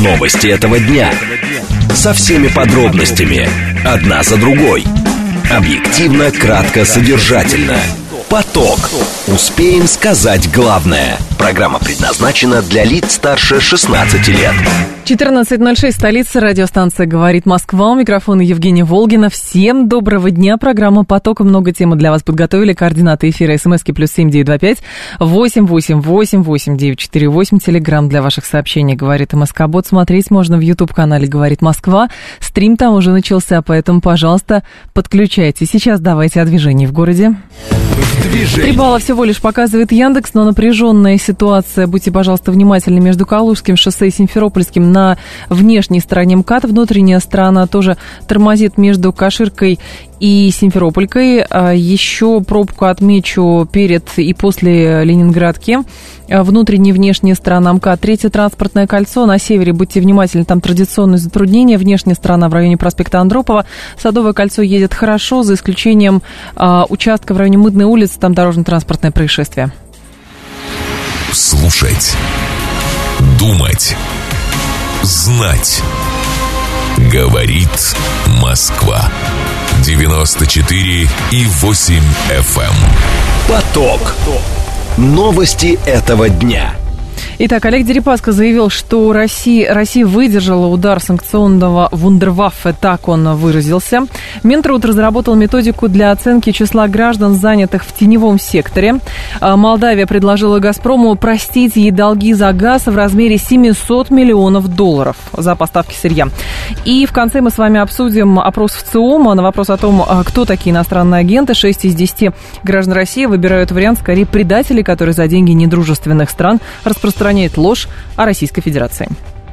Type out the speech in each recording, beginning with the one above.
Новости этого дня. Со всеми подробностями. Одна за другой. Объективно, кратко, содержательно. Поток. Успеем сказать главное. Программа предназначена для лиц старше 16 лет. 14:06, столица, радиостанция «Говорит Москва». У микрофона Евгения Волгина. Всем доброго дня. Программа «Поток». Много темы для вас подготовили. Координаты эфира. СМСки +7 925 888 8948. Телеграм для ваших сообщений «Говорит МСК-бот». Смотреть можно в YouTube-канале «Говорит Москва». Стрим там уже начался, поэтому, пожалуйста, подключайтесь. Сейчас давайте о движении в городе. 3 балла всего лишь показывает Яндекс, но напряженная ситуация. Будьте, пожалуйста, внимательны между Калужским шоссе и Симферопольским на внешней стороне МКАД. Внутренняя сторона тоже тормозит между Каширкой и Симферополькой. Еще пробку отмечу перед и после Ленинградки. Внутренняя и внешняя сторона МКАД. Третье транспортное кольцо на севере. Будьте внимательны, там традиционные затруднения. Внешняя сторона в районе проспекта Андропова. Садовое кольцо едет хорошо, за исключением участка в районе Мытной улицы. Там дорожно-транспортное происшествие. Слушать. Думать. Знать. Говорит Москва. 94,8 FM. Поток. Новости этого дня. Итак, Олег Дерипаска заявил, что Россия выдержала удар санкционного вундерваффе, так он выразился. Минтруд разработал методику для оценки числа граждан, занятых в теневом секторе. Молдавия предложила «Газпрому» простить ей долги за газ в размере $700 миллионов за поставки сырья. И в конце мы с вами обсудим опрос в ЦИОМ на вопрос о том, кто такие иностранные агенты. 6 из 10 граждан России выбирают вариант скорее предателей, которые за деньги недружественных стран распространяют ложь о Российской Федерации.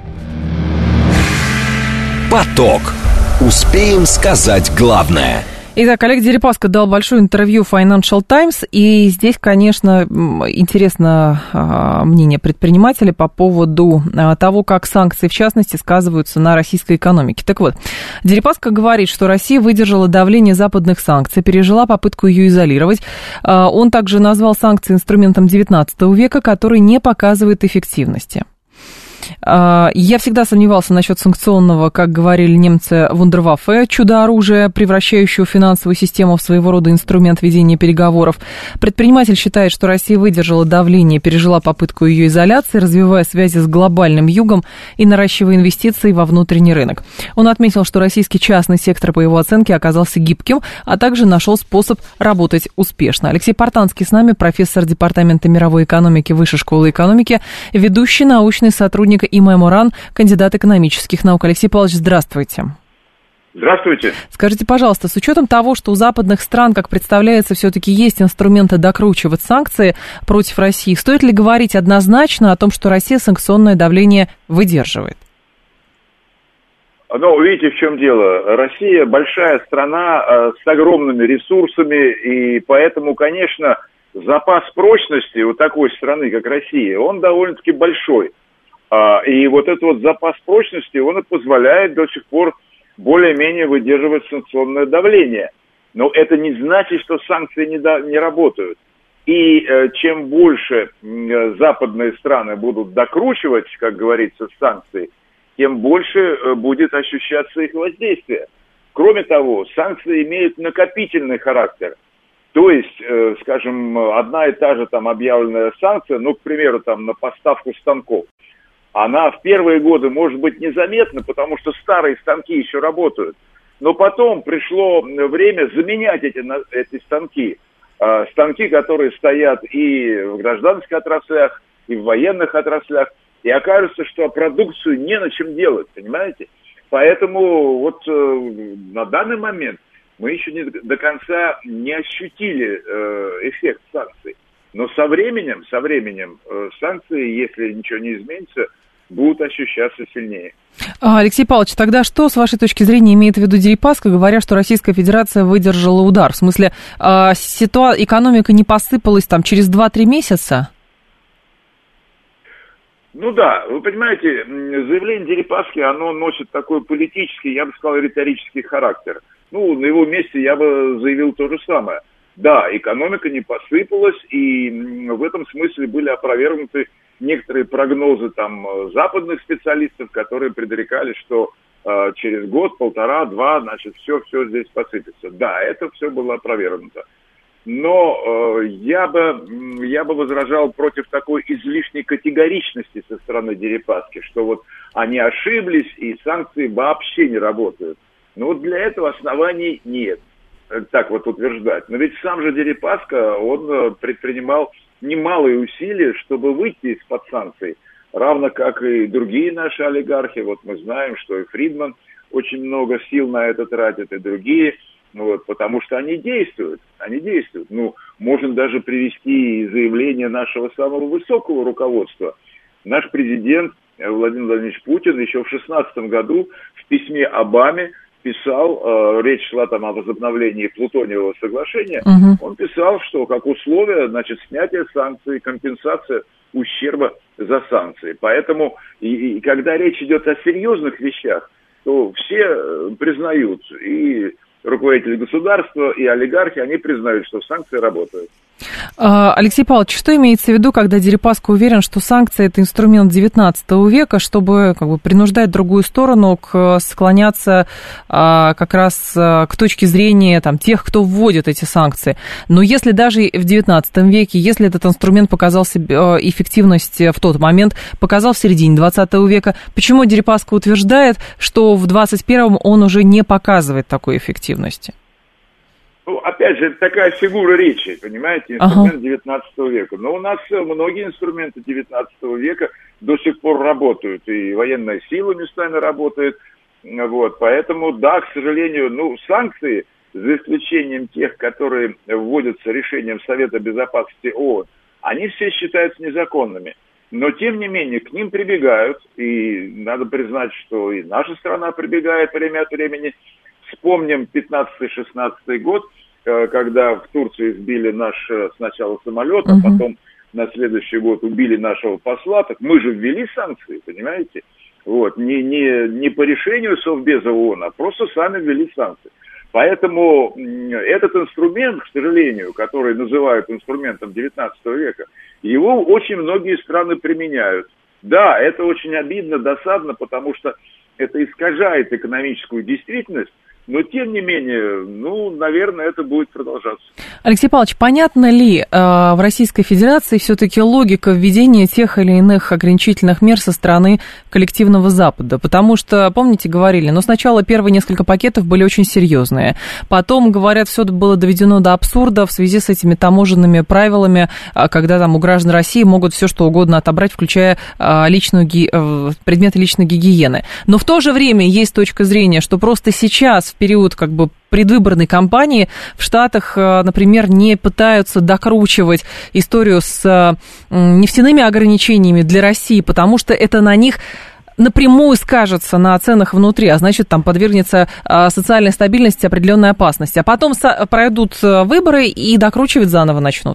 Поток. Успеем сказать главное. Итак, Олег Дерипаска дал большое интервью Financial Times, и здесь, конечно, интересно мнение предпринимателей по поводу того, как санкции, в частности, сказываются на российской экономике. Так вот, Дерипаска говорит, что Россия выдержала давление западных санкций, пережила попытку ее изолировать. Он также назвал санкции инструментом XIX века, который не показывает эффективности. Я всегда сомневался насчет санкционного, как говорили немцы, вундерваффе, чудо-оружия, превращающего финансовую систему в своего рода инструмент ведения переговоров. Предприниматель считает, что Россия выдержала давление, пережила попытку ее изоляции, развивая связи с глобальным югом и наращивая инвестиции во внутренний рынок. Он отметил, что российский частный сектор, по его оценке, оказался гибким, а также нашел способ работать успешно. Алексей Портанский с нами, профессор Департамента мировой экономики Высшей школы экономики, ведущий научный сотрудник ИМЭ РАН, кандидат экономических наук. Алексей Павлович, здравствуйте. Здравствуйте. Скажите, пожалуйста, с учетом того, что у западных стран, как представляется, все-таки есть инструменты докручивать санкции против России, стоит ли говорить однозначно о том, что Россия санкционное давление выдерживает? Ну, видите, в чем дело. Россия большая страна с огромными ресурсами, и поэтому, конечно, запас прочности у такой страны, как Россия, он довольно-таки большой. И вот этот вот запас прочности, он и позволяет до сих пор более-менее выдерживать санкционное давление. Но это не значит, что санкции не работают. И чем больше западные страны будут докручивать, как говорится, санкции, тем больше будет ощущаться их воздействие. Кроме того, санкции имеют накопительный характер. То есть, скажем, одна и та же там объявленная санкция, ну, к примеру, там на поставку станков, она в первые годы может быть незаметна, потому что старые станки еще работают. Но потом пришло время заменять эти станки. Станки, которые стоят и в гражданских отраслях, и в военных отраслях. И окажется, что продукцию не на чем делать, понимаете? Поэтому вот на данный момент мы еще до конца не ощутили эффект санкций. Но со временем санкции, если ничего не изменится, будут ощущаться сильнее. Алексей Павлович, тогда что, с вашей точки зрения, имеет в виду Дерипаска, говоря, что Российская Федерация выдержала удар? В смысле, экономика не посыпалась там через 2-3 месяца? Ну да, вы понимаете, заявление Дерипаски, оно носит такой политический, я бы сказал, риторический характер. Ну, на его месте я бы заявил то же самое. Да, экономика не посыпалась, и в этом смысле были опровергнуты некоторые прогнозы там западных специалистов, которые предрекали, что через год, полтора, два, значит, все здесь посыпется. Да, это все было опровергнуто. Но я бы возражал против такой излишней категоричности со стороны Дерипаски, что вот они ошиблись и санкции вообще не работают. Но вот для этого оснований нет, так вот утверждать. Но ведь сам же Дерипаска, он предпринимал немалые усилия, чтобы выйти из-под санкций, равно как и другие наши олигархи. Вот мы знаем, что и Фридман очень много сил на это тратит, и другие. Вот, потому что они действуют. Ну, можно даже привести заявление нашего самого высокого руководства. Наш президент Владимир Владимирович Путин еще в 2016 году в письме Обаме писал, речь шла там о возобновлении Плутониевого соглашения, он писал, что как условие, значит, снятие санкций, компенсация ущерба за санкции. Поэтому, и когда речь идет о серьезных вещах, то все признают, и руководители государства, и олигархи, они признают, что санкции работают. Алексей Павлович, что имеется в виду, когда Дерипаска уверен, что санкции – это инструмент 19 века, чтобы как бы принуждать другую сторону склоняться как раз к точке зрения там, тех, кто вводит эти санкции? Но если даже в 19 веке, если этот инструмент показал себе эффективность в тот момент, показал в середине 20 века, почему Дерипаска утверждает, что в 21-м он уже не показывает такой эффективности? Ну, опять же, это такая фигура речи, понимаете, инструмент 19 века. Но у нас многие инструменты 19 века до сих пор работают, и военная сила местами работает. Вот, поэтому, да, к сожалению, санкции, за исключением тех, которые вводятся решением Совета Безопасности ООН, они все считаются незаконными. Но, тем не менее, к ним прибегают, и надо признать, что и наша страна прибегает время от времени. Вспомним 15-16 год, когда в Турции сбили наш сначала самолет, а потом на следующий год убили нашего посла. Так мы же ввели санкции, понимаете? Вот, не по решению Совбеза ООН, а просто сами ввели санкции. Поэтому этот инструмент, к сожалению, который называют инструментом 19 века, его очень многие страны применяют. Да, это очень обидно, досадно, потому что это искажает экономическую действительность. Но, тем не менее, наверное, это будет продолжаться. Алексей Павлович, понятна ли в Российской Федерации все-таки логика введения тех или иных ограничительных мер со стороны коллективного Запада? Потому что, помните, говорили, сначала первые несколько пакетов были очень серьезные. Потом, говорят, все было доведено до абсурда в связи с этими таможенными правилами, когда там у граждан России могут все что угодно отобрать, включая предметы личной гигиены. Но в то же время есть точка зрения, что просто сейчас, в период как бы предвыборной кампании, в Штатах, например, не пытаются докручивать историю с нефтяными ограничениями для России, потому что это на них напрямую скажется на ценах внутри, а значит, там подвергнется социальной стабильности определенной опасности. А потом пройдут выборы и докручивать заново начнут.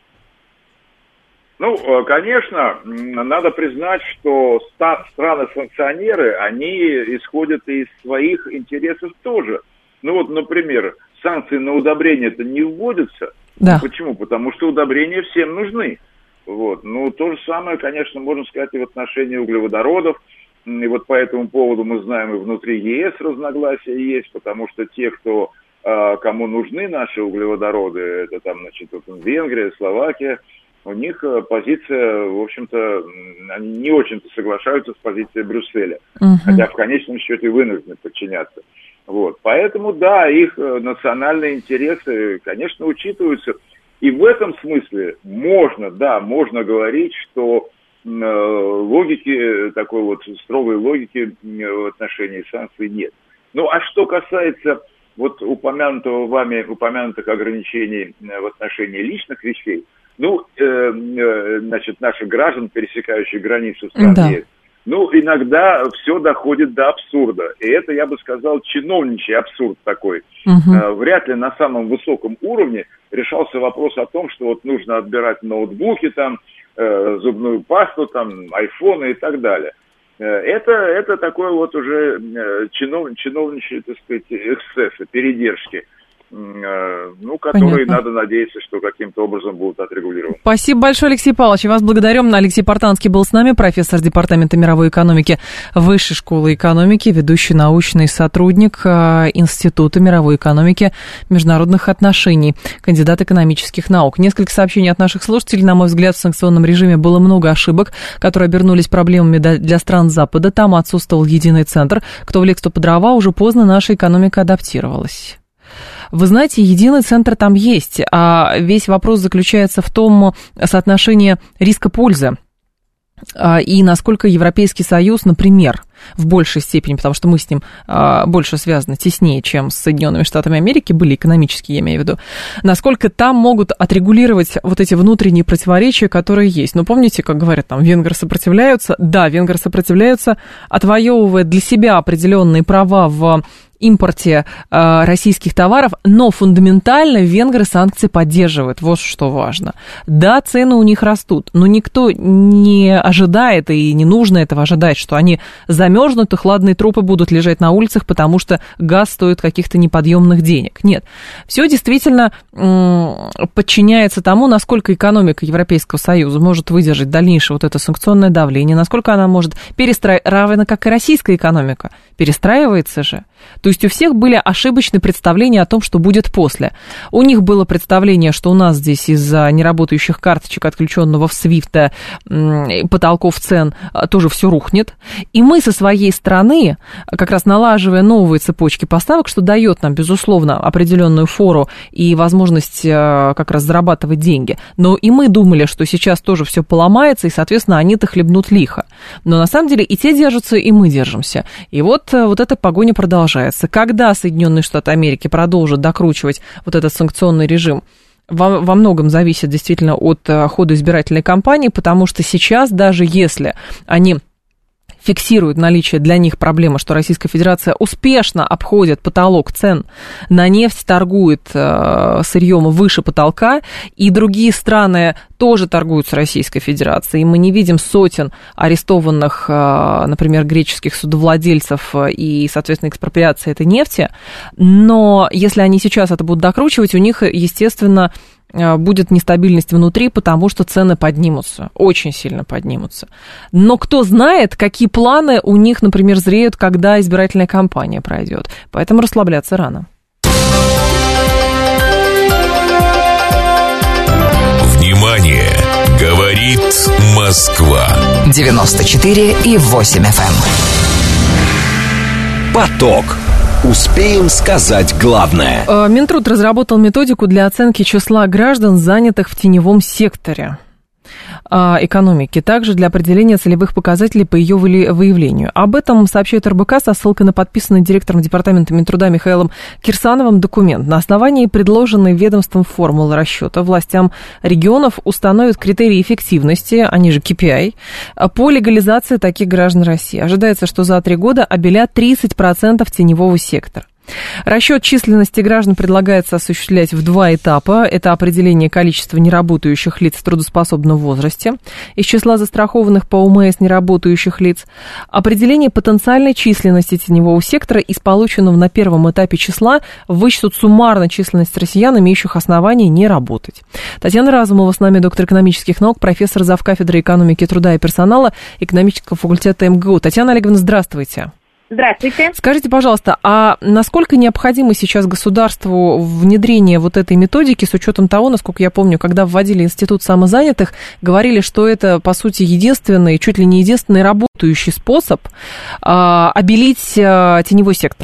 Конечно, надо признать, что страны-санкционеры, они исходят из своих интересов тоже. Например, санкции на удобрения-то не вводятся. Да. Почему? Потому что удобрения всем нужны. Вот. То же самое, конечно, можно сказать и в отношении углеводородов. И вот по этому поводу мы знаем, и внутри ЕС разногласия есть, потому что те, кому нужны наши углеводороды, это там, Венгрия, Словакия, у них позиция, в общем-то, они не очень-то соглашаются с позицией Брюсселя, хотя в конечном счете вынуждены подчиняться. Вот. Поэтому, да, их национальные интересы, конечно, учитываются. И в этом смысле можно говорить, что такой строгой логики в отношении санкций нет. А что касается упомянутых ограничений в отношении личных вещей, наших граждан, пересекающих границу стран, иногда все доходит до абсурда. И это, я бы сказал, чиновничий абсурд такой. Вряд ли на самом высоком уровне решался вопрос о том, что нужно отбирать ноутбуки, зубную пасту, айфоны и так далее. Это такой уже чиновничий, так сказать, эксцессы, передержки. которые, надо надеяться, что каким-то образом будут отрегулированы. Спасибо большое, Алексей Павлович. Вас благодарим. Алексей Портанский был с нами, профессор Департамента мировой экономики Высшей школы экономики, ведущий научный сотрудник Института мировой экономики международных отношений, кандидат экономических наук. Несколько сообщений от наших слушателей. На мой взгляд, в санкционном режиме было много ошибок, которые обернулись проблемами для стран Запада. Там отсутствовал единый центр. Кто в лес, кто по дрова, уже поздно наша экономика адаптировалась. Вы знаете, единый центр там есть, а весь вопрос заключается в том соотношении риска-пользы и насколько Европейский Союз, например, в большей степени, потому что мы с ним больше связаны, теснее, чем с Соединенными Штатами Америки, были экономические, я имею в виду, насколько там могут отрегулировать вот эти внутренние противоречия, которые есть. Ну, помните, как говорят, там, венгры сопротивляются? Да, венгры сопротивляются, отвоевывая для себя определенные права в импорте российских товаров, но фундаментально венгры санкции поддерживают, вот что важно. Да, цены у них растут, но никто не ожидает, и не нужно этого ожидать, что они замерзнут, и хладные трупы будут лежать на улицах, потому что газ стоит каких-то неподъемных денег. Нет, все действительно подчиняется тому, насколько экономика Европейского Союза может выдержать дальнейшее вот это санкционное давление, насколько она может перестраиваться, равно как и российская экономика, перестраивается же. То есть у всех были ошибочные представления о том, что будет после. У них было представление, что у нас здесь из-за неработающих карточек, отключенного в SWIFT, потолков цен, тоже все рухнет. И мы со своей стороны, как раз налаживая новые цепочки поставок, что дает нам, безусловно, определенную фору и возможность как раз зарабатывать деньги. Но и мы думали, что сейчас тоже все поломается, и, соответственно, они-то хлебнут лихо. Но на самом деле и те держатся, и мы держимся. И вот эта погоня продолжается. Когда Соединенные Штаты Америки продолжат докручивать вот этот санкционный режим, во многом зависит действительно от хода избирательной кампании, потому что сейчас, даже если они фиксируют наличие для них проблемы, что Российская Федерация успешно обходит потолок цен на нефть, торгует сырьем выше потолка, и другие страны тоже торгуют с Российской Федерацией. И мы не видим сотен арестованных, например, греческих судовладельцев и, соответственно, экспроприации этой нефти. Но если они сейчас это будут докручивать, у них, естественно, будет нестабильность внутри, потому что цены поднимутся, очень сильно поднимутся. Но кто знает, какие планы у них, например, зреют, когда избирательная кампания пройдет. Поэтому расслабляться рано. Внимание! Говорит Москва. 94,8 FM. Поток. Успеем сказать главное. Минтруд разработал методику для оценки числа граждан, занятых в теневом секторе экономики, также для определения целевых показателей по ее выявлению. Об этом сообщает РБК со ссылкой на подписанный директором Департамента Минтруда Михаилом Кирсановым документ. На основании предложенной ведомством формулы расчета властям регионов установят критерии эффективности, они же KPI, по легализации таких граждан России. Ожидается, что за 3 года обелят 30% теневого сектора. Расчет численности граждан предлагается осуществлять в 2 этапа. Это определение количества неработающих лиц в трудоспособном возрасте из числа застрахованных по ОМС неработающих лиц, определение потенциальной численности теневого сектора из полученного на первом этапе числа вычтут суммарно численность россиян, имеющих оснований не работать. Татьяна Разумова с нами, доктор экономических наук, профессор завкафедры экономики труда и персонала экономического факультета МГУ. Татьяна Олеговна, здравствуйте. Здравствуйте. Скажите, пожалуйста, а насколько необходимо сейчас государству внедрение вот этой методики с учетом того, насколько я помню, когда вводили институт самозанятых, говорили, что это, по сути, единственный, чуть ли не единственный работающий способ обелить теневой сектор?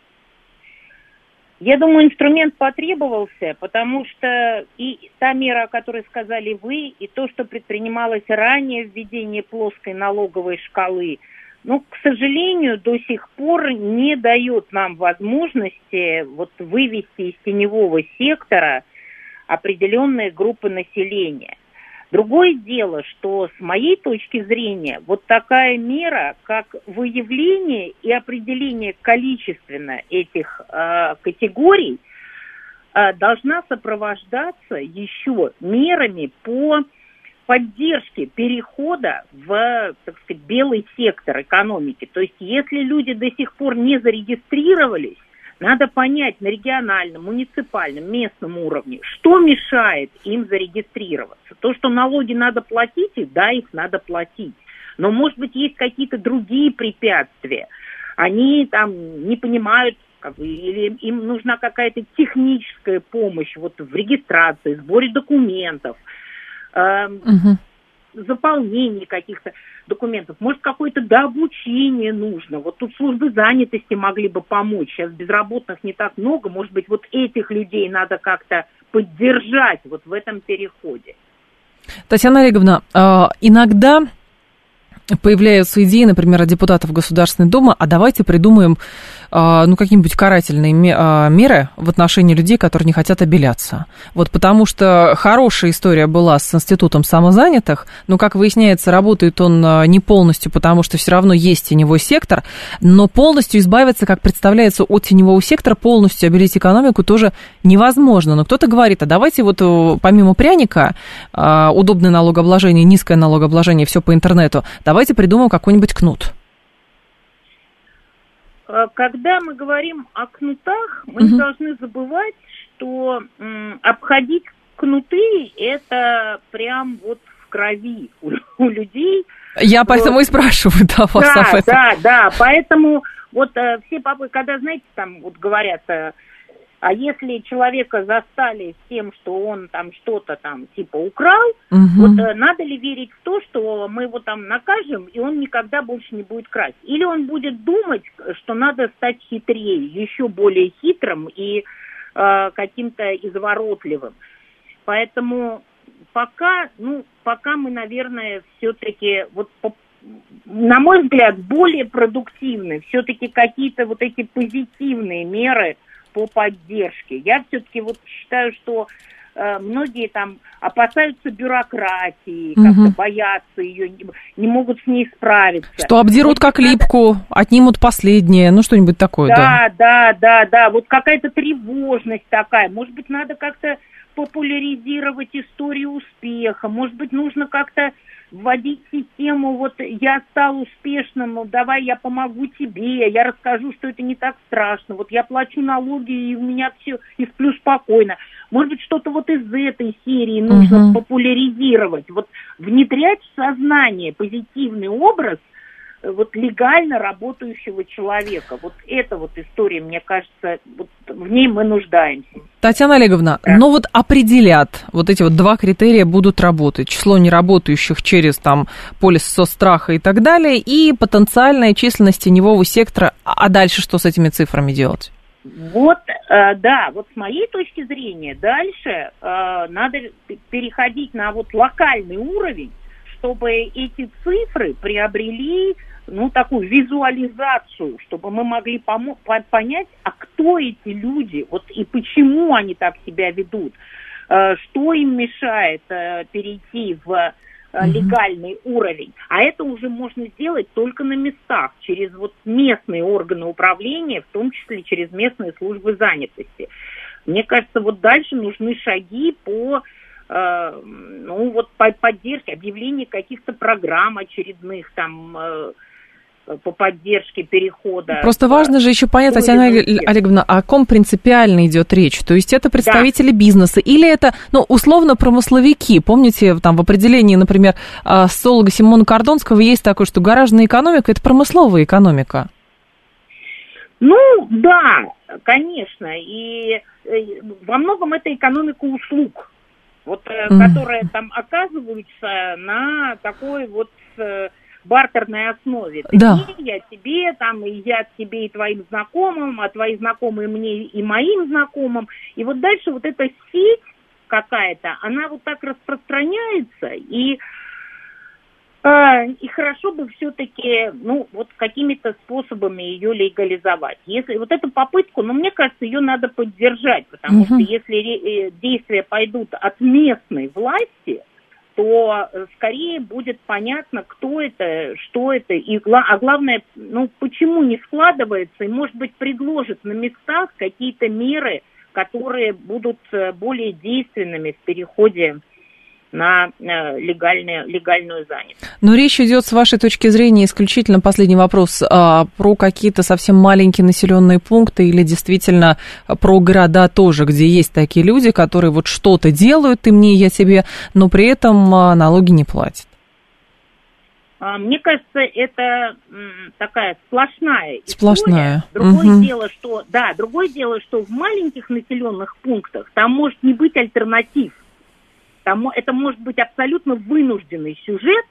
Я думаю, инструмент потребовался, потому что и та мера, о которой сказали вы, и то, что предпринималось ранее, введение плоской налоговой шкалы, к сожалению, до сих пор не дает нам возможности вывести из теневого сектора определенные группы населения. Другое дело, что с моей точки зрения такая мера, как выявление и определение количественно этих категорий, должна сопровождаться еще мерами по поддержки перехода в, так сказать, белый сектор экономики. То есть, если люди до сих пор не зарегистрировались, Надо понять на региональном, муниципальном, местном уровне, что мешает им зарегистрироваться. То, что налоги надо платить, и да, их надо платить. Но, может быть, есть какие-то другие препятствия. Они там не понимают, или им нужна какая-то техническая помощь вот в регистрации, сборе документов, заполнении каких-то документов. Может, какое-то дообучение нужно. Вот тут службы занятости могли бы помочь. Сейчас безработных не так много. Может быть, вот этих людей надо как-то поддержать вот в этом переходе. Татьяна Олеговна, иногда появляются идеи, например, от депутатов Государственной Думы, а давайте придумаем какие-нибудь карательные меры в отношении людей, которые не хотят обеляться. Вот потому что хорошая история была с институтом самозанятых, но, как выясняется, работает он не полностью, потому что все равно есть теневой сектор, но полностью избавиться, как представляется, от теневого сектора, полностью обелить экономику тоже невозможно. Но кто-то говорит, а давайте вот помимо пряника, удобное налогообложение, низкое налогообложение, все по интернету, давайте придумаем какой-нибудь кнут. Когда мы говорим о кнутах, мы не должны забывать, что обходить кнуты – это прям вот в крови у людей. Я поэтому и спрашиваю, да, вас об этом. Да, поэтому вот все папы, когда, знаете, там вот говорят, а если человека застали с тем, что он там что-то там типа украл, вот надо ли верить в то, что мы его там накажем, и он никогда больше не будет красть? Или он будет думать, что надо стать хитрее, еще более хитрым и каким-то изворотливым. Поэтому пока мы, наверное, все-таки, вот, на мой взгляд, более продуктивны все-таки какие-то вот эти позитивные меры по поддержке. Я все-таки вот считаю, что многие там опасаются бюрократии, как-то боятся ее, не могут с ней справиться. Что обдерут как липку, отнимут последнее, что-нибудь такое, да. Вот какая-то тревожность такая. Может быть, надо как-то популяризировать историю успеха. Может быть, нужно как-то вводить систему, вот я стал успешным, давай я помогу тебе, я расскажу, что это не так страшно, вот я плачу налоги, и у меня все, и сплю спокойно. Может быть, что-то вот из этой серии нужно популяризировать, вот внедрять в сознание позитивный образ вот легально работающего человека. Вот эта вот история, мне кажется, вот в ней мы нуждаемся. Татьяна Олеговна, но вот определят, вот эти вот два критерия будут работать. Число неработающих через там полис соцстраха и так далее, и потенциальная численность теневого сектора. А дальше что с этими цифрами делать? Вот, да, вот с моей точки зрения, дальше надо переходить на вот локальный уровень, чтобы эти цифры приобрели такую визуализацию, чтобы мы могли понять, а кто эти люди, вот и почему они так себя ведут, что им мешает перейти в легальный уровень. А это уже можно сделать только на местах, через вот местные органы управления, в том числе через местные службы занятости. Мне кажется, вот дальше нужны шаги по поддержке, объявлению каких-то программ очередных там по поддержке перехода. Просто важно же еще понять, Татьяна Олеговна, о ком принципиально идет речь. То есть это представители бизнеса или это, условно, промысловики. Помните, там в определении, например, социолога Симона Кордонского есть такое, что гаражная экономика – это промысловая экономика. Да, конечно. И во многом это экономика услуг, которые там оказываются на такой вот бартерной основе. Ты мне, я тебе, там, и я тебе и твоим знакомым, а твои знакомые мне и моим знакомым. И вот дальше вот эта сеть какая-то, она вот так распространяется, и хорошо бы все-таки, какими-то способами ее легализовать. Если вот эту попытку, мне кажется, ее надо поддержать, потому что если действия пойдут от местной власти, то скорее будет понятно, кто это, что это, а главное, почему не складывается, и, может быть, предложит на местах какие-то меры, которые будут более действенными в переходе на легальную занятость. Но речь идет, с вашей точки зрения, исключительно, последний вопрос, про какие-то совсем маленькие населенные пункты или действительно про города тоже, где есть такие люди, которые вот что-то делают, ты мне, я тебе, но при этом налоги не платят? Мне кажется, это такая сплошная история. Сплошная. Другое дело, что в маленьких населенных пунктах там может не быть альтернатив. Это может быть абсолютно вынужденный сюжет,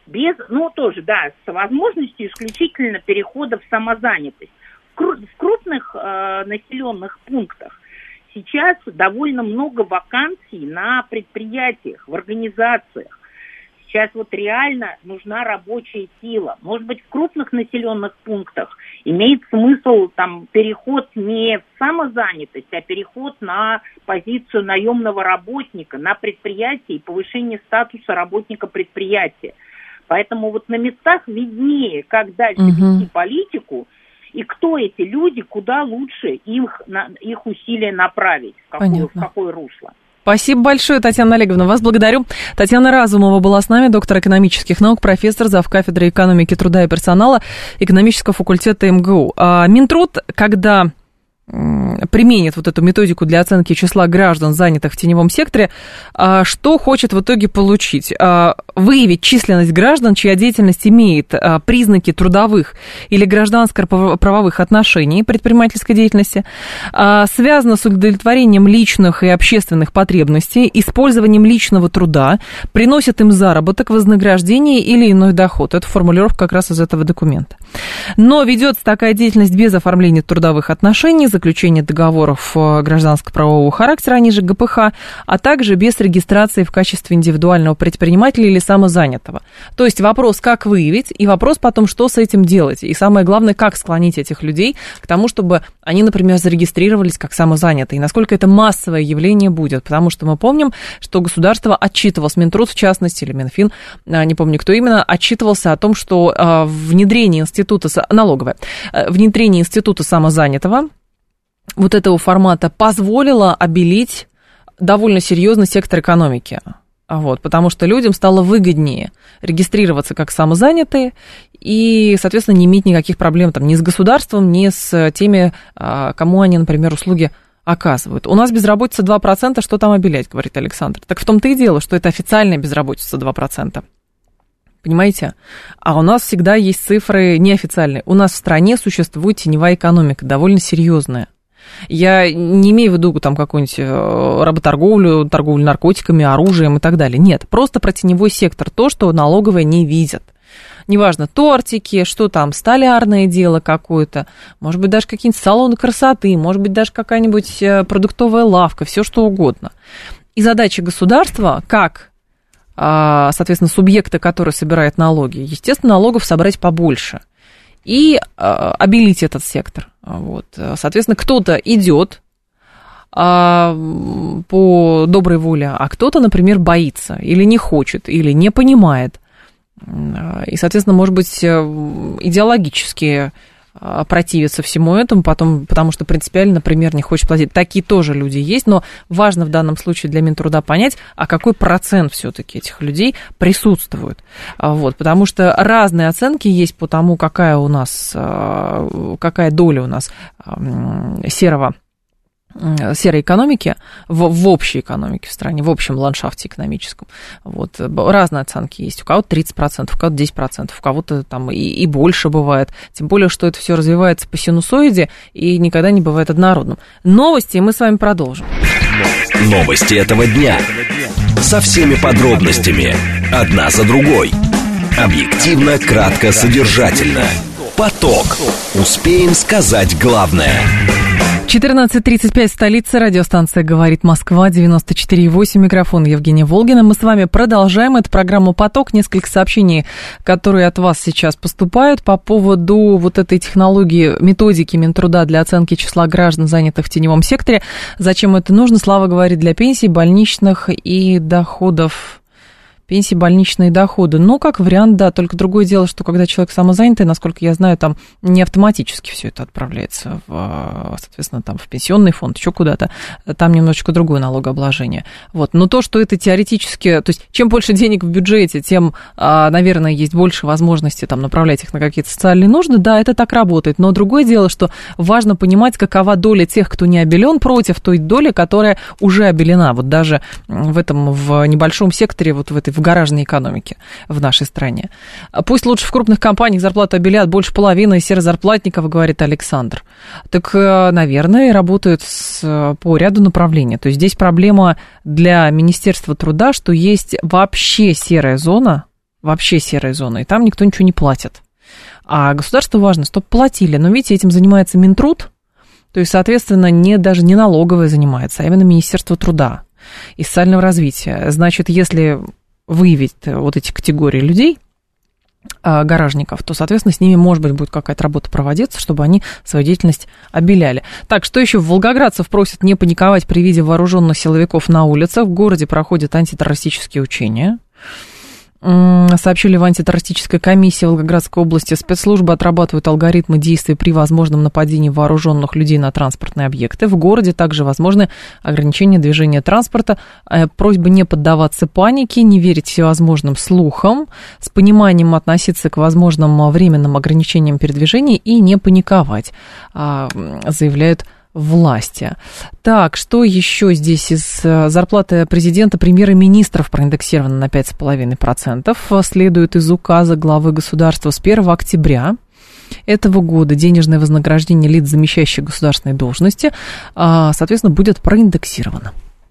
с возможностью исключительно перехода в самозанятость. В крупных населенных пунктах сейчас довольно много вакансий на предприятиях, в организациях. Сейчас вот реально нужна рабочая сила. Может быть, в крупных населенных пунктах имеет смысл там переход не в самозанятость, а переход на позицию наемного работника, на предприятие и повышение статуса работника предприятия. Поэтому вот на местах виднее, как дальше вести политику, и кто эти люди, куда лучше их усилия направить, в какое русло. Спасибо большое, Татьяна Олеговна, вас благодарю. Татьяна Разумова была с нами, доктор экономических наук, профессор, завкафедры экономики, труда и персонала экономического факультета МГУ. Минтруд, когда применит вот эту методику для оценки числа граждан, занятых в теневом секторе, что хочет в итоге получить? Выявить численность граждан, чья деятельность имеет признаки трудовых или гражданско-правовых отношений предпринимательской деятельности, связано с удовлетворением личных и общественных потребностей, использованием личного труда, приносит им заработок, вознаграждение или иной доход. Это формулировка как раз из этого документа. Но ведется такая деятельность без оформления трудовых отношений, заключения договоров гражданско-правового характера, они же ГПХ, а также без регистрации в качестве индивидуального предпринимателя или самозанятого. То есть вопрос, как выявить, и вопрос потом, что с этим делать. И самое главное, как склонить этих людей к тому, чтобы они, например, зарегистрировались как самозанятые. И насколько это массовое явление будет. Потому что мы помним, что государство отчитывалось, Минтруд в частности, или Минфин, не помню, кто именно, отчитывался о том, что внедрение института самозанятого, вот этого формата, позволило обелить довольно серьезный сектор экономики. Потому что людям стало выгоднее регистрироваться как самозанятые и, соответственно, не иметь никаких проблем ни с государством, ни с теми, кому они, например, услуги оказывают. У нас безработица 2%, что там обелять, говорит Александр. Так в том-то и дело, что это официальная безработица 2%. Понимаете? А у нас всегда есть цифры неофициальные. У нас в стране существует теневая экономика, довольно серьезная. Я не имею в виду там какую-нибудь работорговлю, торговлю наркотиками, оружием и так далее. Нет, просто про теневой сектор, то, что налоговая не видит. Неважно, тортики, что там, столярное дело какое-то, может быть, даже какие-нибудь салоны красоты, может быть, даже какая-нибудь продуктовая лавка, все что угодно. И задача государства, как, соответственно, субъекта, который собирает налоги, естественно, налогов собрать побольше и обелить этот сектор. Соответственно, кто-то идет по доброй воле, а кто-то, например, боится или не хочет, или не понимает. И, соответственно, может быть, идеологически противиться всему этому, потому что принципиально, например, не хочет платить. Такие тоже люди есть, но важно в данном случае для Минтруда понять, а какой процент все-таки этих людей присутствует. Потому что разные оценки есть по тому, какая доля у нас серой экономики в общей экономике в стране, в общем ландшафте экономическом. Разные оценки есть. У кого-то 30%, у кого-то 10%, у кого-то там и больше бывает. Тем более, что это все развивается по синусоиде и никогда не бывает однородным. Новости, и мы с вами продолжим. Новости этого дня. Со всеми подробностями. Одна за другой. Объективно, кратко, содержательно. Поток. Успеем сказать главное. 14:35, столица, радиостанция «Говорит Москва», 94,8, микрофон Евгения Волгина. Мы с вами продолжаем эту программу «Поток». Несколько сообщений, которые от вас сейчас поступают по поводу вот этой технологии, методики Минтруда для оценки числа граждан, занятых в теневом секторе. Зачем это нужно? Слава говорит, для пенсий, больничных и доходов пенсии, больничные доходы. Но как вариант, да, только другое дело, что когда человек самозанятый, насколько я знаю, там не автоматически все это отправляется, соответственно, там в пенсионный фонд, еще куда-то. Там немножечко другое налогообложение. Вот. Но то, что это теоретически... То есть чем больше денег в бюджете, тем, наверное, есть больше возможности там направлять их на какие-то социальные нужды. Да, это так работает. Но другое дело, что важно понимать, какова доля тех, кто не обелен, против той доли, которая уже обелена. Вот даже в небольшом секторе, вот в этой в гаражной экономике в нашей стране. Пусть лучше в крупных компаниях зарплату обелят больше половины серозарплатников, говорит Александр. Так, наверное, работают по ряду направлений. То есть здесь проблема для Министерства труда, что есть вообще серая зона, и там никто ничего не платит. А государству важно, чтобы платили. Но, видите, этим занимается Минтруд, то есть, соответственно, даже не налоговое занимается, а именно Министерство труда и социального развития. Значит, если выявить вот эти категории людей, гаражников, то, соответственно, с ними, может быть, будет какая-то работа проводиться, чтобы они свою деятельность обеляли. Так, что еще? Волгоградцев просят не паниковать при виде вооруженных силовиков на улицах. В городе проходят антитеррористические учения. Сообщили в антитеррористической комиссии Волгоградской области. Спецслужбы отрабатывают алгоритмы действий при возможном нападении вооруженных людей на транспортные объекты. В городе также возможны ограничения движения транспорта. Просьба не поддаваться панике, не верить всевозможным слухам, с пониманием относиться к возможным временным ограничениям передвижения и не паниковать, заявляют власти. Так, что еще здесь из зарплаты президента, премьера и министров проиндексирована на 5,5%. Следует из указа главы государства с 1 октября этого года денежное вознаграждение лиц, замещающих государственные должности, соответственно, будет проиндексировано.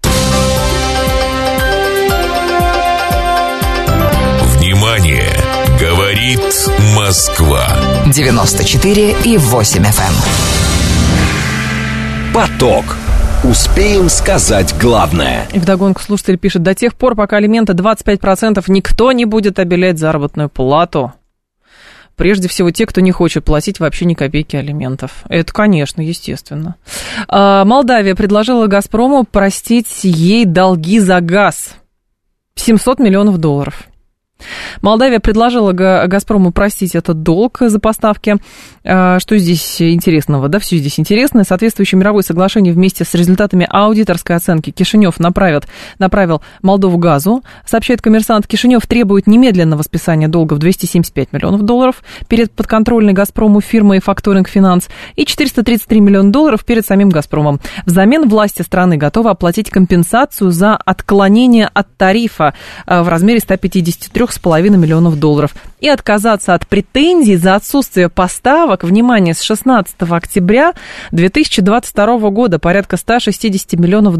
Внимание! Говорит Москва. 94,8 FM. Поток. Успеем сказать главное. И вдогонку слушатель пишет: до тех пор, пока алименты 25%, никто не будет обелять заработную плату. Прежде всего, те, кто не хочет платить вообще ни копейки алиментов. Это, конечно, естественно. Молдавия предложила «Газпрому» простить ей долги за газ. $700 миллионов. Молдавия предложила «Газпрому» простить этот долг за поставки. Что здесь интересного? Да, все здесь интересно. Соответствующее мировое соглашение вместе с результатами аудиторской оценки Кишинев направил Молдову газу. Сообщает «Коммерсант», Кишинев требует немедленного списания долгов $275 миллионов перед подконтрольной «Газпрому» фирмой «Факторинг Финанс» и $433 миллиона перед самим «Газпромом». Взамен власти страны готовы оплатить компенсацию за отклонение от тарифа в размере $153,5 миллионов и отказаться от претензий за отсутствие поставок, внимание, с 16 октября 2022 года, порядка $160 миллионов.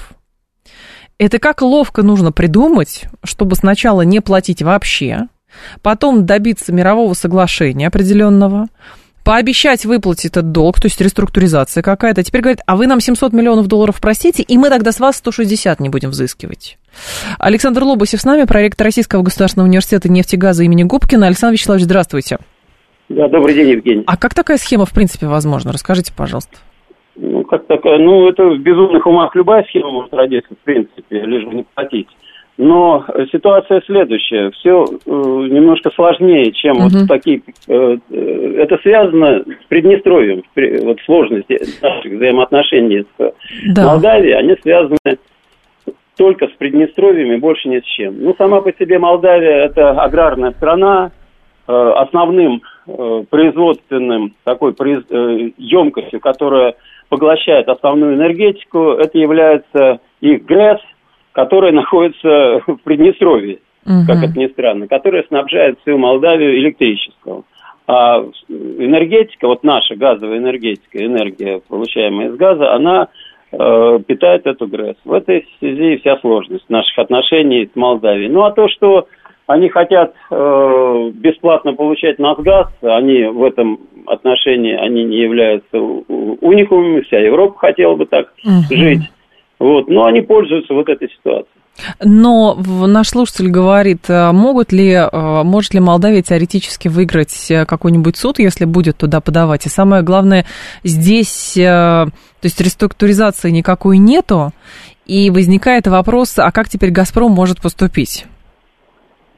Это как ловко нужно придумать, чтобы сначала не платить вообще, потом добиться мирового соглашения определенного, пообещать выплатить этот долг, то есть реструктуризация какая-то. Теперь говорят, а вы нам $700 миллионов простите, и мы тогда с вас 160 не будем взыскивать. Александр Лобусев с нами, проректор Российского государственного университета нефти и газа имени Губкина. Александр Вячеславович, здравствуйте. Да, добрый день, Евгений. А как такая схема, в принципе, возможна? Расскажите, пожалуйста. Как такая? Это в безумных умах любая схема может родиться, в принципе, лишь бы не платить. Но ситуация следующая. Все немножко сложнее, чем вот такие... Это связано с Приднестровьем. Вот сложности наших взаимоотношений с Молдавией, они связаны только с Приднестровьем и больше ни с чем. Сама по себе Молдавия – это аграрная страна. Основным производственным такой емкостью, которая поглощает основную энергетику, это является их ГРЭС, который находится в Приднестровье, как это ни странно, которая снабжает всю Молдавию электричеством. А энергетика, вот наша газовая энергетика, энергия, получаемая из газа, она питает эту ГРЭС. В этой связи вся сложность наших отношений с Молдавией. А то, что они хотят бесплатно получать наш газ, они в этом отношении они не являются уникумами, вся Европа хотела бы так жить. Но они пользуются вот этой ситуацией. Но наш слушатель говорит, может ли Молдавия теоретически выиграть какой-нибудь суд, если будет туда подавать? И самое главное, здесь, то есть реструктуризации никакой нету, и возникает вопрос, а как теперь «Газпром» может поступить?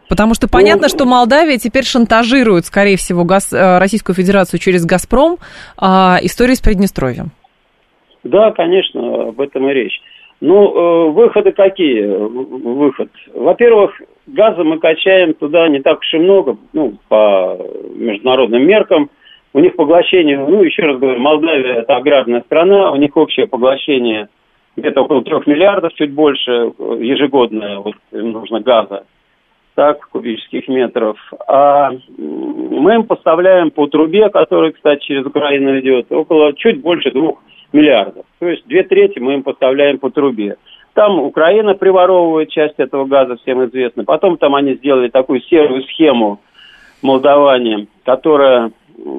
Потому что понятно, что Молдавия теперь шантажирует, скорее всего, Российскую Федерацию через «Газпром» историей с Приднестровьем. Да, конечно, об этом и речь. Ну, выходы какие? Выход. Во-первых, газа мы качаем туда не так уж и много, по международным меркам. У них поглощение, еще раз говорю, Молдавия – это аграрная страна, у них общее поглощение где-то около 3 миллиардов, чуть больше ежегодное, им нужно газа, кубических метров. А мы им поставляем по трубе, которая, кстати, через Украину идет, чуть больше 2 миллиардов. То есть 2/3 мы им поставляем по трубе. Там Украина приворовывает часть этого газа, всем известно. Потом там они сделали такую серую схему, молдаване, которая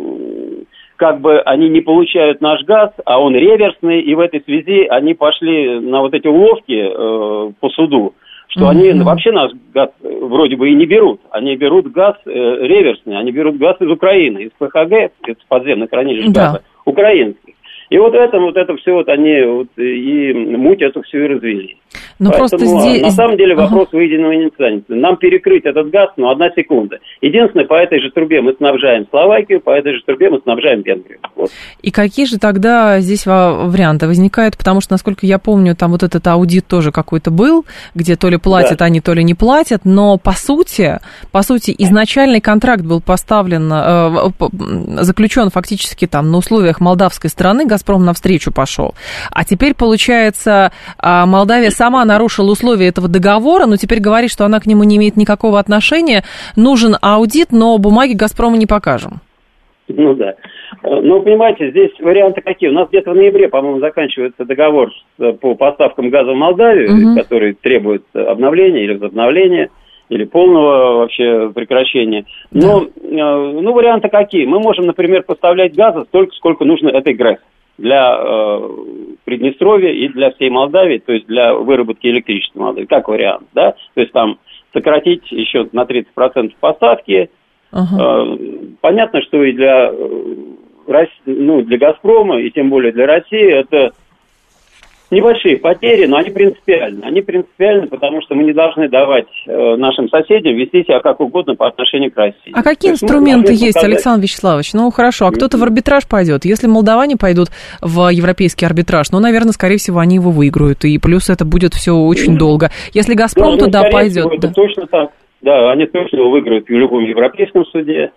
они не получают наш газ, а он реверсный, и в этой связи они пошли на эти уловки по суду, что они вообще наш газ вроде бы и не берут. Они берут газ реверсный, они берут газ из Украины, из ПХГ, из подземных хранилищ газа, украинских. И это все они и муть эту всю и развели. Но поэтому здесь... на самом деле вопрос выеденного не станет. Нам перекрыть этот газ, 1 секунда. Единственное, по этой же трубе мы снабжаем Словакию, по этой же трубе мы снабжаем Венгрию. И какие же тогда здесь варианты возникают? Потому что, насколько я помню, там этот аудит тоже какой-то был, где то ли платят они, то ли не платят, но по сути, изначальный контракт был поставлен, заключен фактически там на условиях молдавской стороны, «Газпром» навстречу пошел. А теперь, получается, Молдавия сама нарушила условия этого договора, но теперь говорит, что она к нему не имеет никакого отношения. Нужен аудит, но бумаги «Газпрома» не покажем. Да. Понимаете, здесь варианты какие? У нас где-то в ноябре, по-моему, заканчивается договор по поставкам газа в Молдавию, который требует обновления или возобновления, или полного вообще прекращения. Но варианты какие? Мы можем, например, поставлять газа столько, сколько нужно этой ГРЭС для Приднестровья и для всей Молдавии, то есть для выработки электричества Молдавии, как вариант, да? То есть там сократить еще на 30% поставки. Понятно, что и для «Газпрома», и тем более для России, это небольшие потери, но они принципиальны. Они принципиальны, потому что мы не должны давать нашим соседям вести себя как угодно по отношению к России. А какие инструменты есть, Александр Вячеславович? Хорошо, а кто-то в арбитраж пойдет. Если молдаване пойдут в европейский арбитраж, наверное, скорее всего, они его выиграют, и плюс это будет все очень долго. Если «Газпром» туда пойдет... Всего, это точно так. Да, они точно его выиграют в любом европейском суде.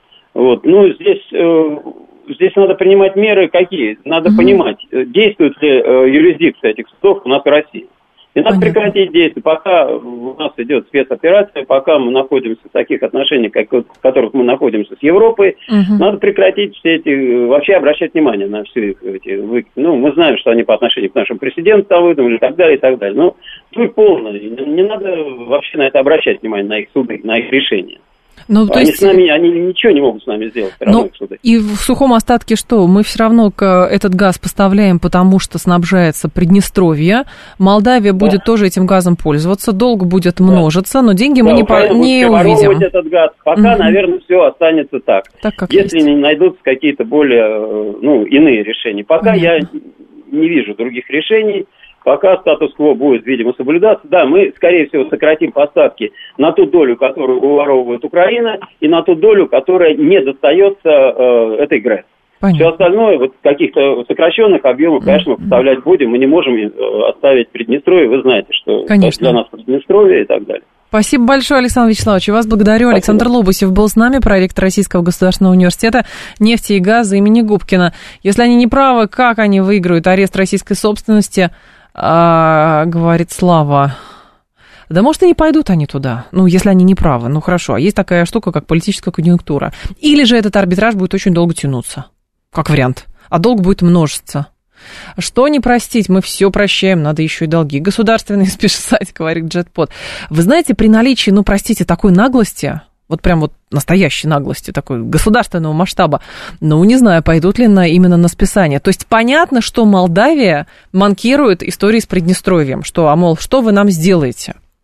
Здесь надо принимать меры какие? Надо понимать, действует ли юрисдикция этих судов у нас в России. И надо прекратить действие. Пока у нас идет спецоперация, пока мы находимся в таких отношениях, в которых мы находимся с Европой, надо прекратить все эти... Вообще обращать внимание на все эти... мы знаем, что они по отношению к нашему президенту там выдумали и так далее, и так далее. Но тут полно. Не надо вообще на это обращать внимание, на их суды, на их решения. Они ничего не могут с нами сделать. И в сухом остатке что? Мы все равно этот газ поставляем, потому что снабжается Приднестровье. Молдавия будет тоже этим газом пользоваться, долг будет множиться, но деньги мы не увидим. Этот газ. Пока, наверное, все останется так. Если не найдутся какие-то более иные решения. Пока я не вижу других решений. Пока статус-кво будет, видимо, соблюдаться, да, мы, скорее всего, сократим поставки на ту долю, которую уворовывает Украина, и на ту долю, которая не достается этой ГРЭС. Все остальное, в каких-то сокращенных объемах, конечно, мы поставлять будем. Мы не можем оставить Приднестровье. Вы знаете, что для нас Приднестровье и так далее. Спасибо большое, Александр Вячеславович. Я вас благодарю. Спасибо. Александр Лобусев был с нами, проректор Российского государственного университета нефти и газа имени Губкина. Если они не правы, как они выиграют арест российской собственности, говорит Слава. Да, может, и не пойдут они туда, если они не правы. Хорошо, а есть такая штука, как политическая конъюнктура. Или же этот арбитраж будет очень долго тянуться, как вариант, а долг будет множиться. Что не простить, мы все прощаем, надо еще и долги государственные списать, говорит Джетпот. Вы знаете, при наличии, простите, такой наглости, настоящей наглости, такой государственного масштаба, не знаю, пойдут ли именно на списание. То есть понятно, что Молдавия манкирует истории с Приднестровьем, что вы нам сделаете?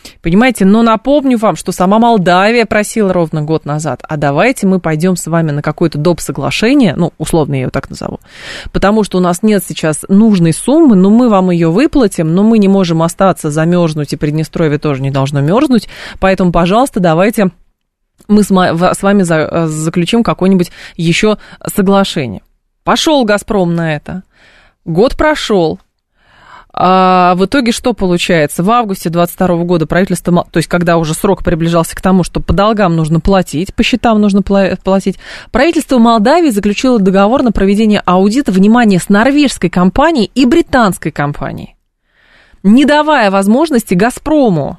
Понимаете, но напомню вам, что сама Молдавия просила ровно год назад, а давайте мы пойдем с вами на какое-то доп. Соглашение, ну, условно я ее так назову, потому что у нас нет сейчас нужной суммы, но мы вам ее выплатим, но мы не можем остаться, замерзнуть, и Приднестровье тоже не должно мерзнуть, поэтому, пожалуйста, давайте мы с вами заключим какое-нибудь еще соглашение. Пошел «Газпром» на это, год прошел. А в итоге что получается? В августе 2022 года правительство, то есть когда уже срок приближался к тому, что по долгам нужно платить, по счетам нужно платить, правительство Молдавии заключило договор на проведение аудита, внимание, с норвежской компанией и британской компанией, не давая возможности «Газпрому»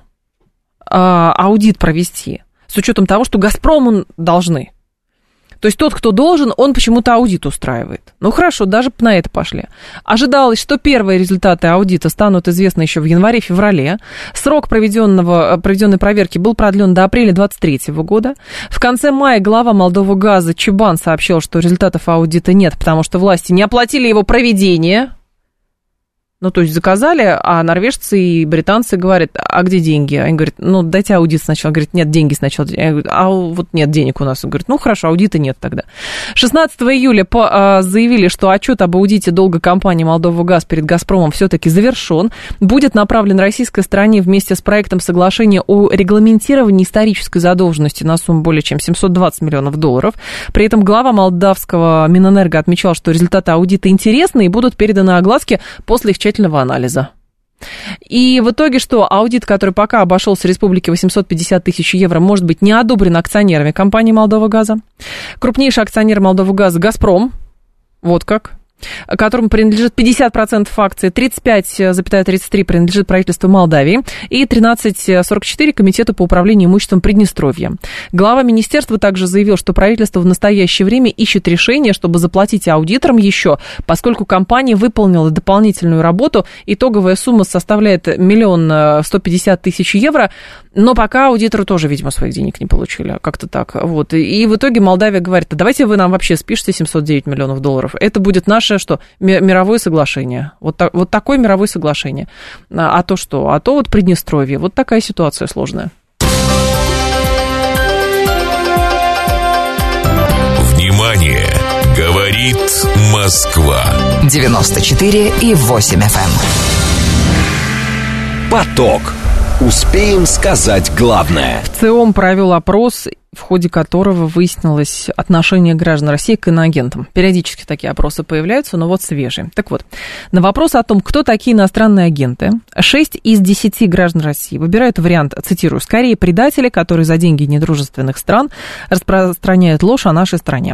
аудит провести, с учетом того, что «Газпрому» должны. То есть тот, кто должен, он почему-то аудит устраивает. Ну хорошо, даже на это пошли. Ожидалось, что первые результаты аудита станут известны еще в январе-феврале. Срок проведенной проверки был продлен до апреля 2023 года. В конце мая глава Молдовагаза Чебан сообщил, что результатов аудита нет, потому что власти не оплатили его проведение. Ну, то есть заказали, а норвежцы и британцы говорят, а где деньги? Они говорят, ну, дайте аудит сначала. Говорят, нет, деньги сначала. Я говорю, а вот нет денег у нас. Он говорит, ну, хорошо, аудита нет тогда. 16 июля заявили, что отчет об аудите долга компании «Молдовагаз» перед «Газпромом» все-таки завершен. Будет направлен российской стороне вместе с проектом соглашения о регламентировании исторической задолженности на сумму более чем $720 миллионов. При этом глава молдавского Минэнерго отмечал, что результаты аудита интересны и будут переданы огласке после их тщательного анализа. И в итоге что? Аудит, который пока обошелся республике 850 тысяч евро, может быть не одобрен акционерами компании «Молдовагаза». Крупнейший акционер «Молдовагаза» «Газпром», вот как, которому принадлежит 50% акций, 35,33% принадлежит правительству Молдавии и 13,44% Комитету по управлению имуществом Приднестровья. Глава министерства также заявил, что правительство в настоящее время ищет решение, чтобы заплатить аудиторам еще, поскольку компания выполнила дополнительную работу. Итоговая сумма составляет 1 150 000 евро, но пока аудиторы тоже, видимо, своих денег не получили, как-то так. Вот. И в итоге Молдавия говорит, давайте вы нам вообще спишите $709 миллионов. Это будет наше что? Мировое соглашение. Вот такое мировое соглашение. А то что? А то вот Приднестровье. Вот такая ситуация сложная. Внимание! Говорит Москва. 94,8 FM. Поток. Успеем сказать главное. ВЦИОМ провел опрос, в ходе которого выяснилось отношение граждан России к иноагентам. Периодически такие опросы появляются, но вот свежие. Так вот, на вопрос о том, кто такие иностранные агенты, 6 из 10 граждан России выбирают вариант, цитирую, «скорее предатели, которые за деньги недружественных стран распространяют ложь о нашей стране».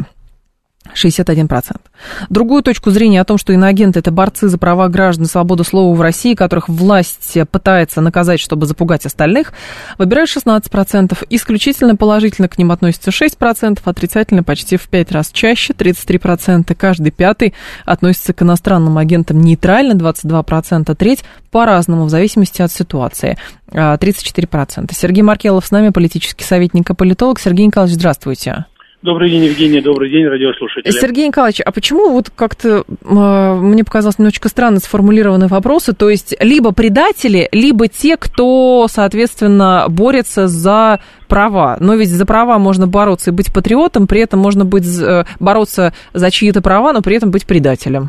61%. Другую точку зрения о том, что иноагенты – это борцы за права граждан и свободу слова в России, которых власть пытается наказать, чтобы запугать остальных, выбирают 16%. Исключительно положительно к ним относятся 6%, отрицательно почти в 5 раз чаще, 33%. Каждый пятый относится к иностранным агентам нейтрально, 22%, треть по-разному, в зависимости от ситуации, 34%. Сергей Маркелов с нами, политический советник и политолог. Сергей Николаевич, здравствуйте. Добрый день, Евгения, добрый день, радиослушатели. Сергей Николаевич, а почему вот как-то, мне показалось, немножечко странно сформулированы вопросы, то есть либо предатели, либо те, кто, соответственно, борется за права. Но ведь за права можно бороться и быть патриотом, при этом можно бороться за чьи-то права, но при этом быть предателем.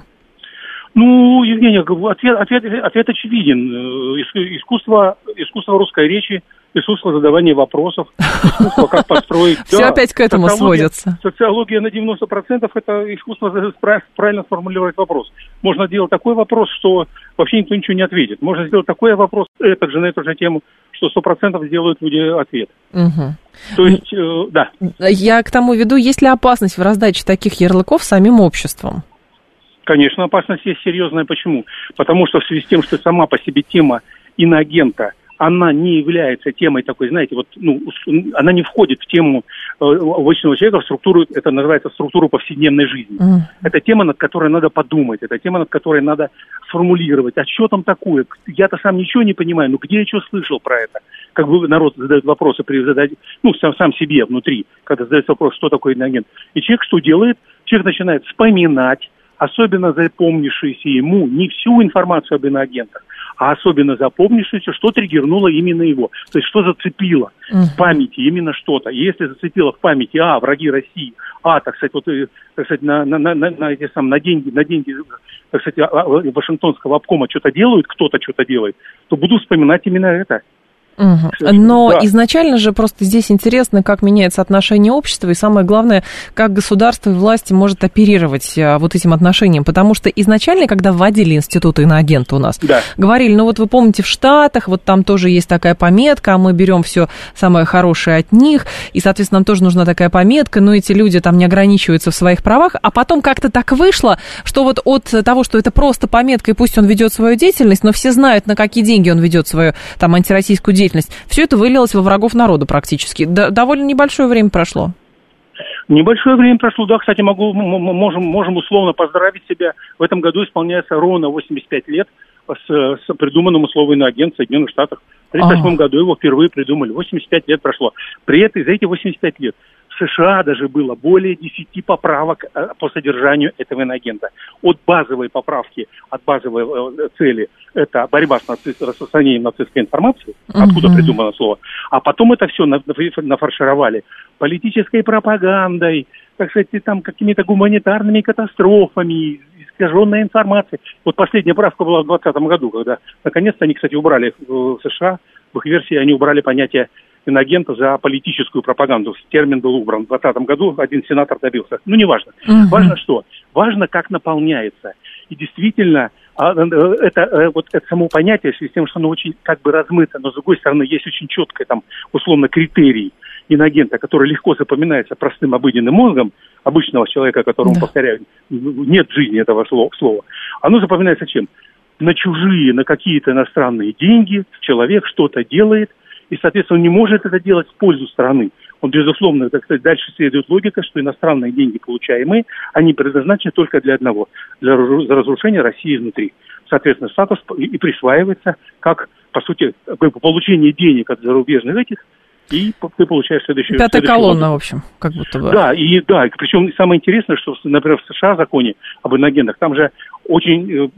Ну, Евгения, ответ очевиден. Искусство русской речи, искусство задавания вопросов, искусство как построить. Все опять к этому сводится. Социология на 90% это искусство правильно сформулировать вопрос. Можно делать такой вопрос, что вообще никто ничего не ответит. Можно сделать такой вопрос на эту же тему, что 100% сделают люди ответ. Угу. То есть, да. Я к тому веду, есть ли опасность в раздаче таких ярлыков самим обществом? Конечно, опасность есть серьезная. Почему? Потому что в связи с тем, что сама по себе тема иноагента, она не является темой такой, знаете, вот, она не входит в тему обычного человека, в структуру, это называется структуру повседневной жизни. Это тема, над которой надо подумать, это тема, над которой надо сформулировать. А что там такое? Я-то сам ничего не понимаю, но где я что слышал про это? Как бы народ задает вопросы, сам себе внутри, когда задается вопрос, что такое иноагент. И человек что делает? Человек начинает вспоминать, особенно запомнившуюся ему не всю информацию об иноагентах, а особенно запомнившееся, что триггернуло именно его. То есть что зацепило в памяти именно что-то. И если зацепило в памяти, враги России, так сказать, вот, так сказать, на деньги, так сказать, Вашингтонского обкома что-то делают, кто-то что-то делает, то буду вспоминать именно это. Но изначально же просто здесь интересно, как меняется отношение общества, и самое главное, как государство и власти может оперировать вот этим отношением, потому что изначально, когда вводили институты иноагента у нас, говорили, вот вы помните, в Штатах, вот там тоже есть такая пометка, а мы берем все самое хорошее от них, и, соответственно, нам тоже нужна такая пометка, но эти люди там не ограничиваются в своих правах, а потом как-то так вышло, что вот от того, что это просто пометка, и пусть он ведет свою деятельность, но все знают, на какие деньги он ведет свою там антироссийскую деятельность, все это вылилось во врагов народа практически. Довольно небольшое время прошло. Небольшое время прошло, да, кстати, можем условно поздравить себя. В этом году исполняется ровно 85 лет с придуманному слову иноагент в Соединенных Штатах. В 1938 году его впервые придумали. 85 лет прошло. При этом за эти 85 лет в США даже было более 10 поправок по содержанию этого иноагента. От базовой поправки, от базовой цели, это борьба с распространением нацистской информации, откуда придумано слово, а потом это все нафаршировали политической пропагандой, так сказать, там какими-то гуманитарными катастрофами, искаженной информацией. Вот последняя правка была в 2020 году, когда наконец-то они, кстати, убрали в США, в их версии они убрали понятие иноагента за политическую пропаганду. Термин был убран. В 2020 году один сенатор добился. Неважно. Важно что? Важно, как наполняется. И действительно, это само понятие, в связи с тем, что оно очень как бы размыто, но с другой стороны есть очень четкое там условно критерий иноагента, который легко запоминается простым обыденным мозгом обычного человека, которому, повторяю, нет в жизни этого слова. Оно запоминается чем? На чужие, на какие-то иностранные деньги человек что-то делает, и, соответственно, он не может это делать в пользу страны. Он, безусловно, так сказать, дальше следует логика, что иностранные деньги, получаемые, они предназначены только для одного, для разрушения России изнутри. Соответственно, статус и присваивается как, по сути, получение денег от зарубежных этих, и ты получаешь следующую... Пятая колонна, в общем, как будто бы. Да, причем самое интересное, что, например, в США законе об иноагентах, там же очень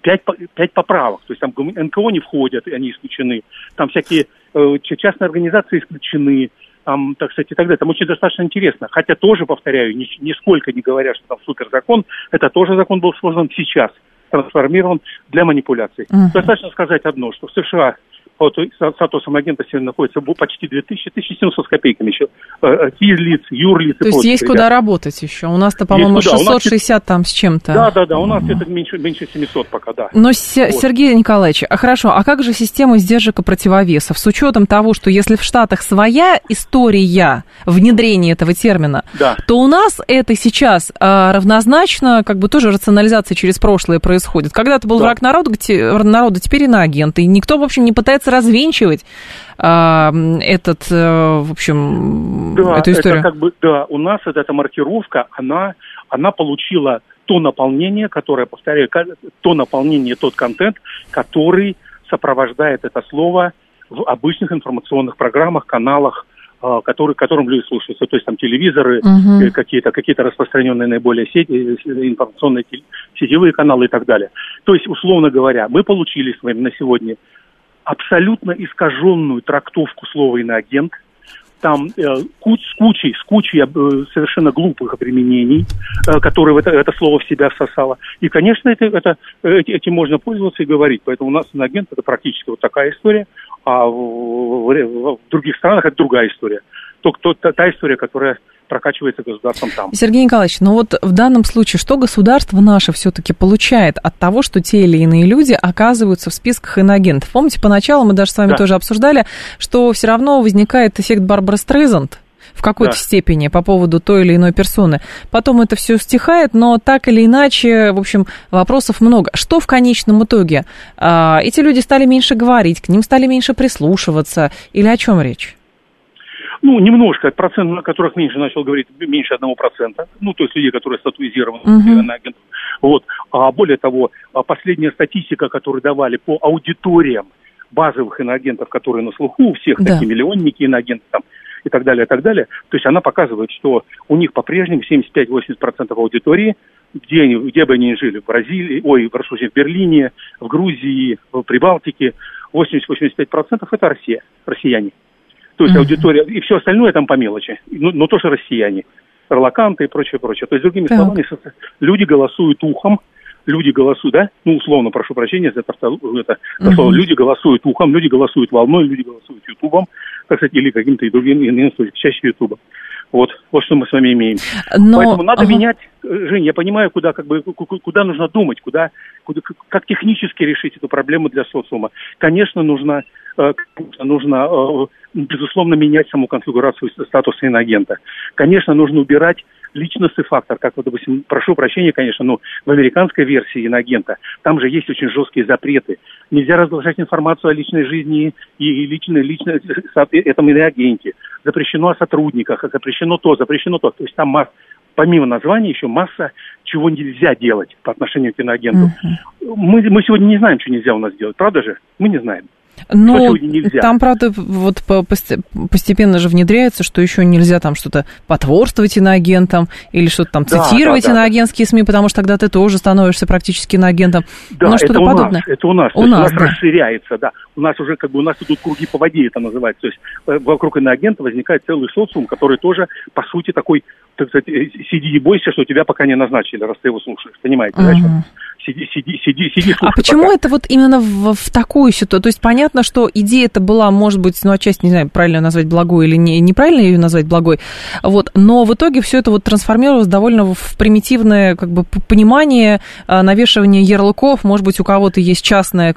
5 поправок, то есть там НКО не входят, они исключены, там всякие частные организации исключены, там, так сказать, и так далее. Там очень достаточно интересно. Хотя тоже, повторяю, нисколько не говоря, что там суперзакон, это тоже закон был создан сейчас, трансформирован для манипуляций. Достаточно сказать одно, что в США вот статусом агента сегодня находится почти 1700 с копейками еще. Физлиц, юрлиц. То есть есть куда работать еще. У нас-то, по-моему, 660 там с чем-то. Да, у нас это меньше 700 пока, да. Но, Сергей Николаевич, хорошо, а как же система сдержек и противовесов? С учетом того, что если в Штатах своя история внедрения этого термина, то у нас это сейчас равнозначно, как бы тоже рационализация через прошлое происходит. Когда-то был враг народа, теперь иноагент. И никто, в общем, не пытается развенчивать эту историю. Это у нас эта маркировка, она получила то наполнение, которое, повторяю, то наполнение, тот контент, который сопровождает это слово в обычных информационных программах, каналах, которым люди слушаются. То есть там телевизоры, какие-то распространенные наиболее информационные сетевые каналы и так далее. То есть, условно говоря, мы получили с вами на сегодня абсолютно искаженную трактовку слова «иноагент», там с кучей совершенно глупых применений, которые это слово в себя всосало. И, конечно, этим можно пользоваться и говорить. Поэтому у нас иноагент – это практически вот такая история, а в других странах это другая история. Та история, которая прокачивается государством там. Сергей Николаевич, вот в данном случае что государство наше все-таки получает от того, что те или иные люди оказываются в списках иноагентов? Помните, поначалу мы даже с вами тоже обсуждали, что все равно возникает эффект Барбары Стрейзанд в какой-то степени по поводу той или иной персоны. Потом это все стихает, но так или иначе, в общем, вопросов много. Что в конечном итоге? Эти люди стали меньше говорить, к ним стали меньше прислушиваться, или о чем речь? Немножко. Процент, на которых меньше начал говорить, меньше 1%. То есть людей, которые статуизированы иноагентом. А более того, последняя статистика, которую давали по аудиториям базовых иноагентов, которые на слуху, у всех такие миллионники иноагентов там, и так далее, и так далее. То есть она показывает, что у них по-прежнему 75-80% аудитории где бы они ни жили, в Бразилии, в Берлине, в Грузии, в Прибалтике, 80-85% это Россия, россияне. То есть аудитория, и все остальное там по мелочи, но тоже россияне, релоканты и прочее. То есть, другими словами, люди голосуют ухом, люди голосуют, да, условно, прошу прощения за это слово, люди голосуют ухом, люди голосуют волной, люди голосуют ютубом, так сказать, или каким-то и другим, чаще ютубом. Вот что мы с вами имеем. Поэтому надо менять, Жень, я понимаю, куда нужно думать, как технически решить эту проблему для социума. Конечно, нужно безусловно, менять саму конфигурацию статуса иноагента. Конечно, нужно убирать личностный фактор, как, допустим, прошу прощения, конечно, но в американской версии иноагента там же есть очень жесткие запреты. Нельзя разглашать информацию о личной жизни и личной этом иноагенте. Запрещено о сотрудниках, запрещено то. То есть там помимо названия еще масса чего нельзя делать по отношению к иноагенту. Мы сегодня не знаем, что нельзя у нас делать, правда же? Мы не знаем. Ну, там, правда, вот постепенно же внедряется, что еще нельзя там что-то потворствовать иноагентам или что-то там цитировать иноагентские СМИ, потому что тогда ты тоже становишься практически иноагентом. Да, это у нас. Это у нас расширяется, да. У нас уже у нас идут круги по воде, это называется. То есть вокруг иноагента возникает целый социум, который тоже, по сути, такой, так сказать, сиди и бойся, что тебя пока не назначили, раз ты его слушаешь. Понимаете, да? Сиди, слушай. А почему пока. Это вот именно в такую ситуацию? То есть понятно, что идея-то была, может быть, отчасти, не знаю, правильно ее назвать благой или неправильно ее назвать благой, вот, но в итоге все это вот трансформировалось довольно в примитивное, понимание, навешивание ярлыков, может быть, у кого-то есть частная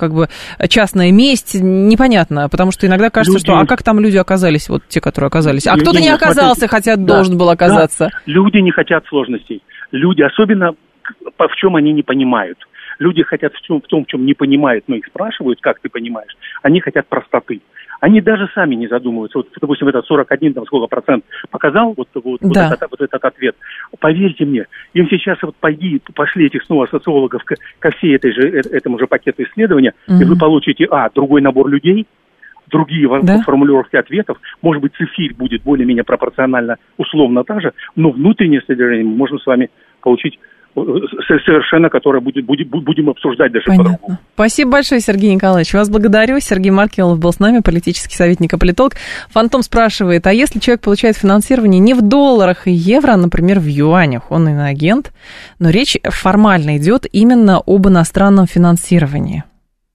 месть, непонятно, потому что иногда кажется, что а как там люди оказались, вот те, которые оказались, а кто-то не оказался, хотя должен был оказаться. Да. Люди не хотят сложностей, люди особенно в чем они не понимают. Люди хотят в том, в чем не понимают, но их спрашивают, как ты понимаешь, они хотят простоты. Они даже сами не задумываются. Вот, допустим, этот 41, там сколько процент показал, вот этот ответ. Поверьте мне, им сейчас пошли этих снова социологов ко всей этому же пакету исследования, и вы получите, другой набор людей, другие формулировки ответов, может быть, цифирь будет более-менее пропорционально, условно та же, но внутреннее содержание мы можем с вами получить совершенно, которое будем обсуждать даже по-другому. Спасибо большое, Сергей Николаевич. Вас благодарю. Сергей Маркелов был с нами, политический советник и политолог. Фантом спрашивает, а если человек получает финансирование не в долларах и евро, а, например, в юанях, он иноагент, но речь формально идет именно об иностранном финансировании.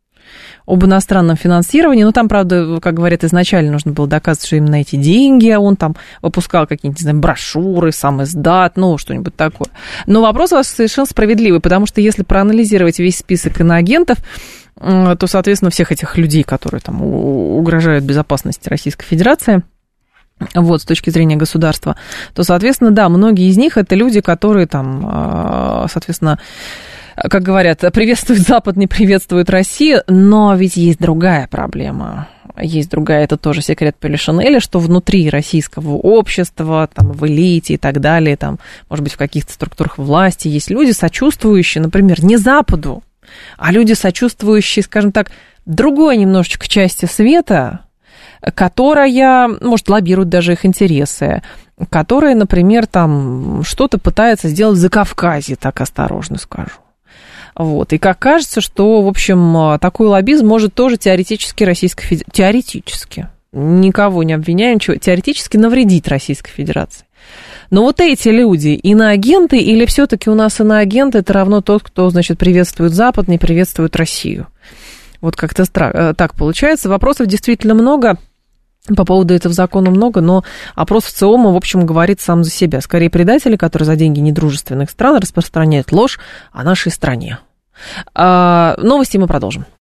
Об иностранном финансировании. Ну, там, правда, как говорят, изначально нужно было доказывать, что именно эти деньги, а он там выпускал какие-нибудь, не знаю, брошюры, сам издат, что-нибудь такое. Но вопрос у вас совершенно справедливый, потому что если проанализировать весь список иноагентов, то, соответственно, всех этих людей, которые там угрожают безопасности Российской Федерации, с точки зрения государства, то, соответственно, да, многие из них это люди, которые там, соответственно, как говорят, приветствует Запад, не приветствует Россию, но ведь есть другая проблема. Есть другая, это тоже секрет Полишинеля, что внутри российского общества, там, в элите и так далее, там, может быть, в каких-то структурах власти есть люди, сочувствующие, например, не Западу, а люди, сочувствующие, скажем так, другой немножечко части света, которая, может, лоббирует даже их интересы, которая, например, там, что-то пытается сделать в Закавказье, так осторожно скажу. И как кажется, что, в общем, такой лоббизм может тоже теоретически никого не обвиняем, теоретически навредить Российской Федерации. Но вот эти люди иноагенты или все-таки у нас иноагенты это равно тот, кто, значит, приветствует Запад, не приветствует Россию? Вот как-то так получается. Вопросов действительно много. По поводу этого закона много, но опрос в ЦИОМа, в общем, говорит сам за себя. Скорее, предатели, которые за деньги недружественных стран распространяют ложь о нашей стране. Новости мы продолжим.